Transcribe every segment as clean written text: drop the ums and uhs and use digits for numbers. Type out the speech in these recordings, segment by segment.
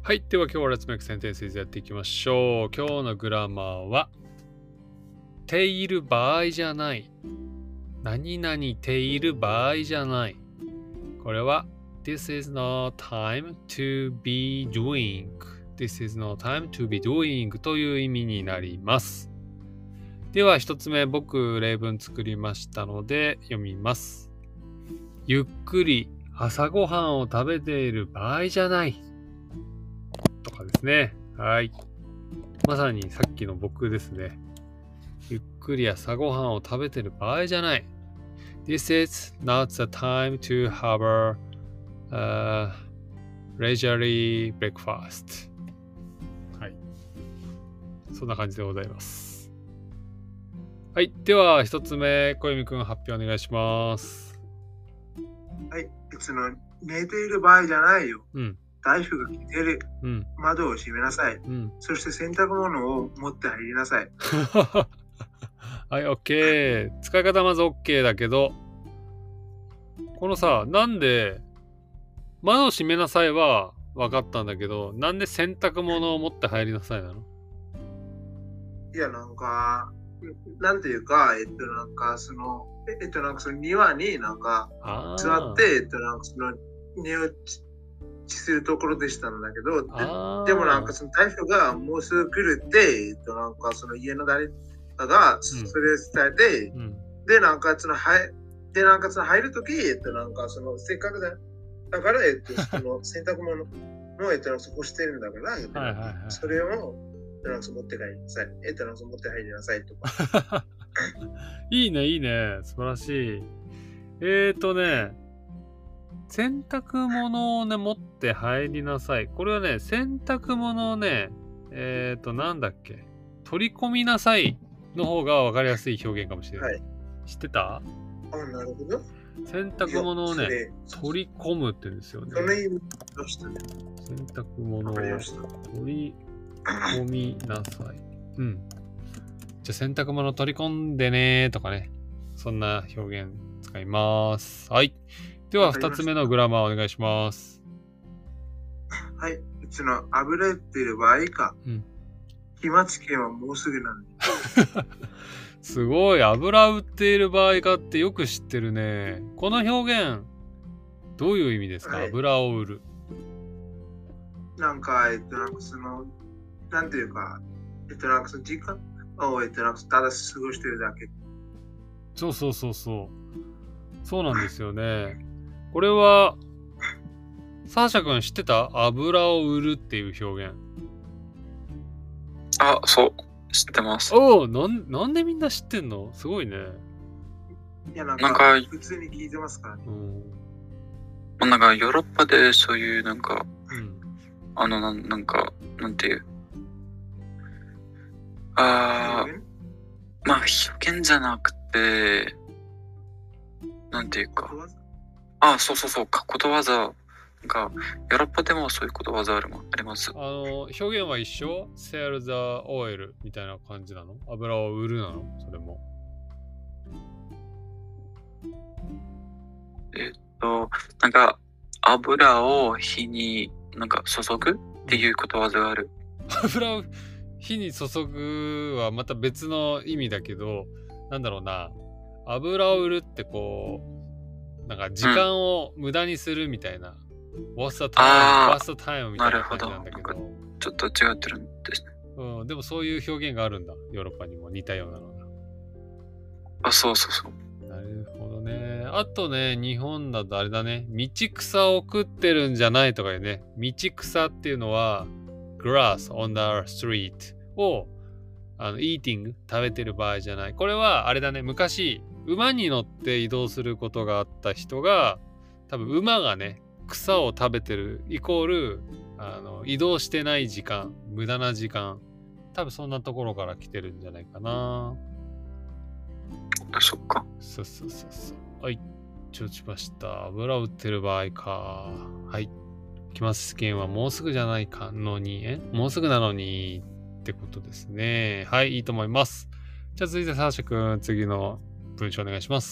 はい。では今日は Let's Make Sentences やっていきましょう。今日のグラマーは、ている場合じゃない。何々ている場合じゃない。これは、This is not time to be doing。This is not time to be doing という意味になります。では一つ目、僕例文作りましたので読みます。ゆっくり朝ごはんを食べている場合じゃない。とかですね。はい。まさにさっきの僕ですね。ゆっくり朝ごはんを食べている場合じゃない。This is not the time to have a leisurely breakfast. はい。そんな感じでございます。はい。では、一つ目、小泉くん発表お願いします。 はい。寝ている場合じゃないよ。 うん。 台風が来てる。 うん。 窓を閉めなさい。 うん。 そして洗濯物を持って入りなさい。 はい、OK。使い方まず OK だけど、このさ、なんで、窓を閉めなさいは分かったんだけど、なんで洗濯物を持って入りなさいなの？ いや、なんていうか、その庭に座って、寝落ちするところでしたんだけど、でもその台風がもうすぐ来るって、その家の誰かがそれ伝えて、で、入るとき、そのせっかくだから、その洗濯物も、そこしてるんだから、それを、持って帰りなさい。持って入りなさいとか。 いいね、いいね。素晴らしい。洗濯物をね、持って入りなさい。これはね、洗濯物をね、なんだっけ。取り込みなさいの方が分かりやすい表現かもしれない。はい、知ってた？ あ、なるほど。 洗濯物をね、取り込むって言うんですよね。 その意味としてね。 洗濯物を取り込みなさい。うん。じゃあ洗濯物取り込んでねとかね。そんな表現使います。はい。では2つ目のグラマーお願いします。 はい。油売っている場合か。期末券はもうすぐなんで。 すごい。油売っている場合かってよく知ってるね。この表現、どういう意味ですか？はい、油を売る。 なんていうか、その時間を、ただ過ごしてるだけ。 そう。そうなんですよね。これは、サーシャ君知ってた？油を売るっていう表現。 あ、そう。知ってます。 おお、なんでみんな知ってんの？すごいね。 いや、普通に聞いてますからね。 ヨーロッパでそういうなんていう。表現じゃなくて、なんていうか。そう。ことわざ。ヨーロッパでもそういうことわざあります。 表現は一緒？ Sell the oil みたいな感じなの？油を売るなの？それも。 油を火に注ぐっていうことわざがある。 油を火に注ぐはまた別の意味だけど、なんだろうな。油を売るってこう、時間を無駄にするみたいな。What's the time みたいな感じなんだけど。 ちょっと違ってるんですね。でもそういう表現があるんだ。ヨーロッパにも似たようなのが。そう。 なるほどね。あとね、日本だとあれだね。道草を食ってるんじゃないとかいうね。道草っていうのは、grass on the street をeating 食べてる場合じゃない。これはあれだね。昔、馬に乗って移動することがあった人が、多分馬がね、草を食べてるイコール移動してない時間、無駄な時間、多分そんなところから来てるんじゃないかな。 そっか。 そう。はい、承知しました。油売ってる場合か。はい。期末試験はもうすぐじゃないかのに、もうすぐなのにってことですね。はい、いいと思います。じゃあ続いてサーシャ君、次の文章お願いします。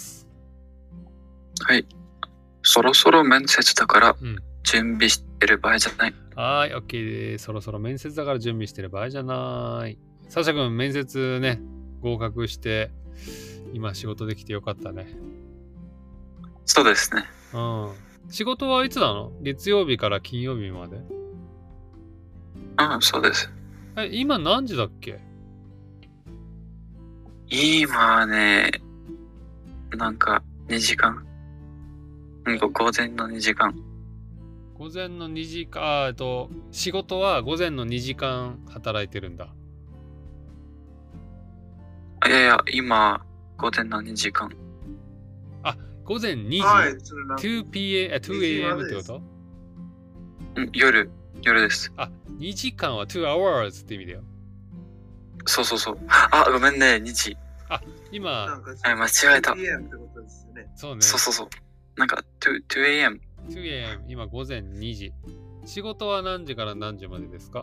はい。そろそろ面接だから準備してる場合じゃない。 はい、OK です。そろそろ面接だから準備してる場合じゃない。サシャ君、面接ね、合格して、今仕事できてよかったね。 そうですね。 うん。仕事はいつなの？月曜日から金曜日まで？ うん、そうです。 今何時だっけ？ 今ね、なんか2時間。午前の2時間。 午前の2時間、仕事は午前の2時間働いてるんだ。 いやいや、今、午前の2時間。 午前2時、 はい、 2am ってこと？ 夜です。 2時間は2 hours って意味だよ。 そう。ごめんね、2時。 今、 間違えた。 そうね。 そう。なんか、2am。 2am、今午前2時。仕事は何時から何時までですか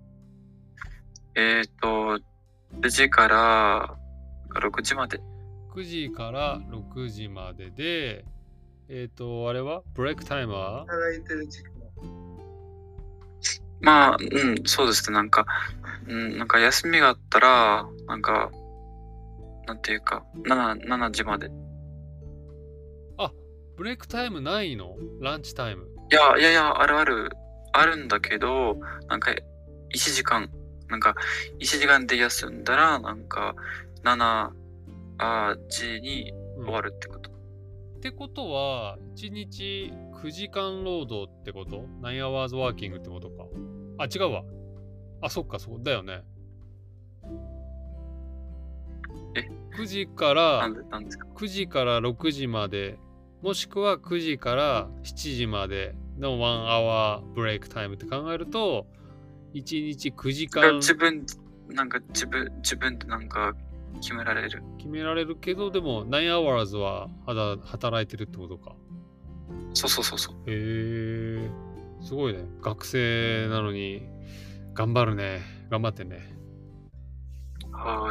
？9時から6時まで。 9時から6時までで、あれはブレイクタイムは？ 働いてる時間。 まあ、そうですね。なんか休みがあったら、なんていうか、7時まで。 ブレイクタイムないの？ランチタイム。 いや、あるんだけど、なんか、1時間で休んだら、なんか、7時に終わるってこと。 ってことは、1日9時間労働ってこと？ 9 hours working ってことか。違うわ。そっか、そうだよね。9時からなんですか 9時から6時まで、もしくは9時から7時までの1 hour ブレイクタイムって考えると、1日9時間。 自分で決められるけど、でも9 hours は働いてるってことか。 そう。 へえ、すごいね。学生なのに頑張るね。頑張ってね。 はい。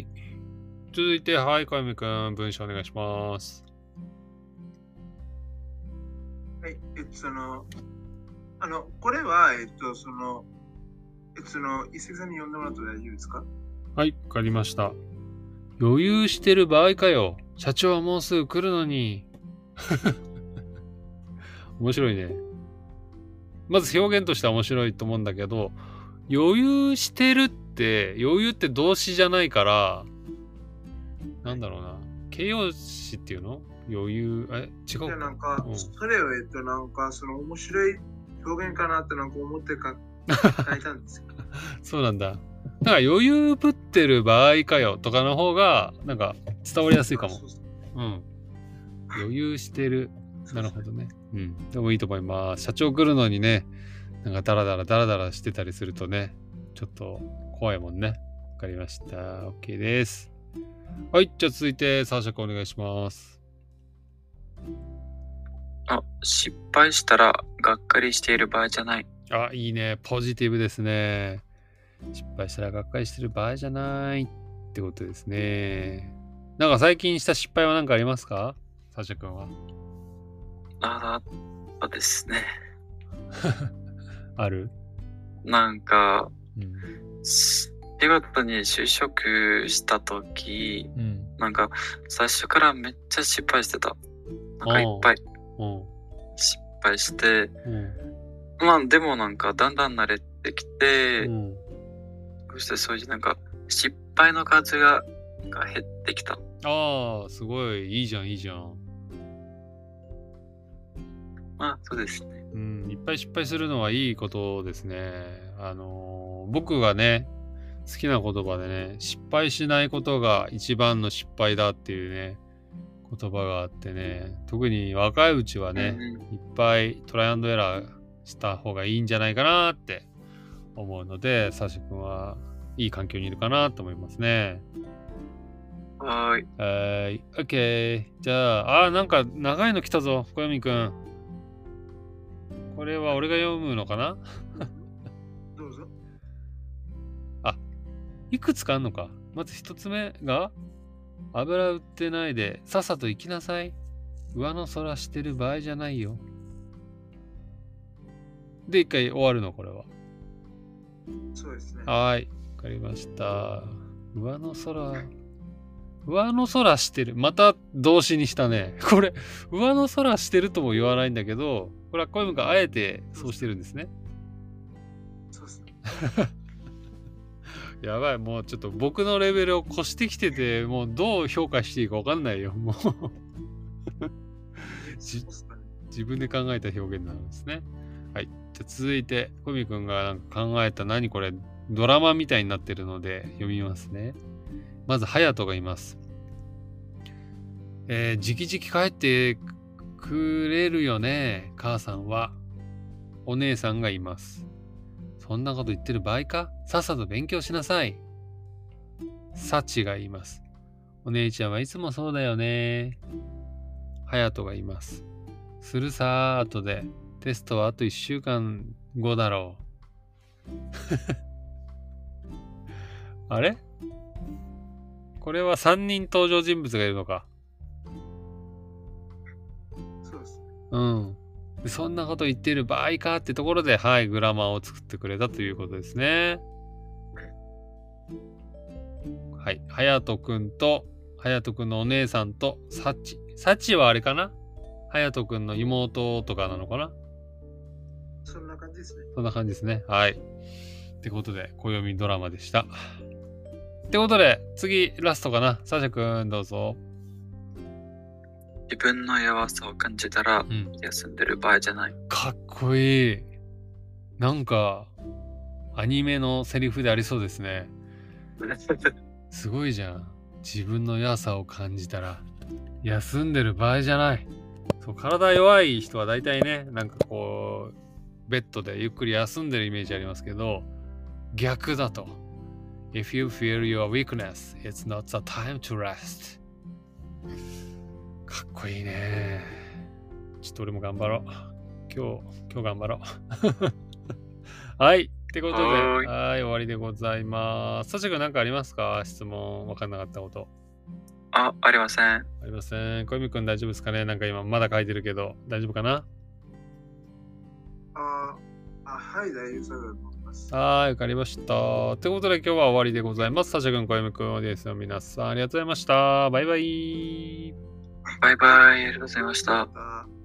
続いて、はい、小泉くん、文章お願いします。 はい、これは、一石さんに読んでもらって大丈夫ですか？ はい、わかりました。余裕してる場合かよ。社長はもうすぐ来るのに。面白いね。まず表現としては面白いと思うんだけど、余裕って動詞じゃないから、なんだろうな。形容詞っていうの？余裕、違うか。 なんか、それを、面白い表現かなって思って書いたんですよ。 そうなんだ。なんか余裕ぶってる場合かよとかの方がなんか伝わりやすいかも。余裕してる。なるほどね。でもいいと思います。社長来るのにね、なんかダラダラしてたりするとね、ちょっと怖いもんね。わかりました。OK です。はい、じゃあ続いてサーシャ君お願いします。 失敗したらがっかりしている場合じゃない。 いいね。ポジティブですね。失敗したらがっかりしてる場合じゃないってことですね。なんか最近した失敗は何かありますか？サシャ君は。 ですね。 ある？ なんか、仕事に就職したとき、なんか最初からめっちゃ失敗してた。なんかいっぱい失敗して、でもなんかだんだん慣れてきて、そしてそういうなんか失敗の数が減ってきた。 すごいいいじゃん。 そうですね。 いっぱい失敗するのはいいことですね。僕がね、好きな言葉でね、失敗しないことが一番の失敗だっていうね、言葉があってね、特に若いうちはね、いっぱいトライアンドエラーした方がいいんじゃないかなって思うので、サシ君はいい環境にいるかなと思いますね。 はい。 OK。じゃあ、なんか長いの来たぞ、小読くん。これは俺が読むのかな？ どうぞ。 いくつかあんのか。まず一つ目が、油売ってないでさっさと行きなさい。上の空してる場合じゃないよ。 で、一回終わるの、これは。 そうですね。 はい。わかりました。上の空してる。また動詞にしたね。これ、上の空してるとも言わないんだけど、これは小泉君あえてそうしてるんですね。 そうですね。 やばい、もうちょっと僕のレベルを越してきてて、もうどう評価していいか分かんないよ、もう自分で考えた表現なんですね。はい。じゃあ続いて、小泉君がなんか考えた何これ、ドラマみたいになってるので読みますね。まず、隼人がいます。じきじき帰ってくれるよね、母さんは。お姉さんがいます。そんなこと言ってる場合か？さっさと勉強しなさい。サチが言います。お姉ちゃんはいつもそうだよね。隼人が言います。するさ、後で。テストはあと1週間後だろう。あれ？これは3人登場人物がいるのか。 そうですね。 うん。そんなこと言ってる場合かってところで、はい、グラマーを作ってくれたということですね。はい。隼人くんのお姉さんとサチ。サチはあれかな？隼人くんの妹とかなのかな？ そんな感じですね。 そんな感じですね。はい。ってことで、暦ドラマでした。ってことで、次、ラストかな。サシャくん、どうぞ。 自分の弱さを感じたら、休んでる場合じゃない。 かっこいい。なんか、アニメのセリフでありそうですね。すごいじゃん。自分の弱さを感じたら、休んでる場合じゃない。そう、体弱い人は大体ね、なんかこう、ベッドでゆっくり休んでるイメージありますけど、逆だと。If you feel your weakness, it's not the time to rest. かっこいいね。ちょっと俺も頑張ろう。今日頑張ろう。はい。ってことで、はい、終わりでございます。サシャ君何かありますか？質問、分かんなかったこと。 ありません。ありません。小泉君大丈夫ですかね？なんか今まだ書いてるけど、大丈夫かな？ はい、大丈夫だと思います。 はい、わかりました。ということで今日は終わりでございます。サシャ君、小泉君、オーディエンスの皆さん、ありがとうございました。バイバイ。 バイバイ、ありがとうございました。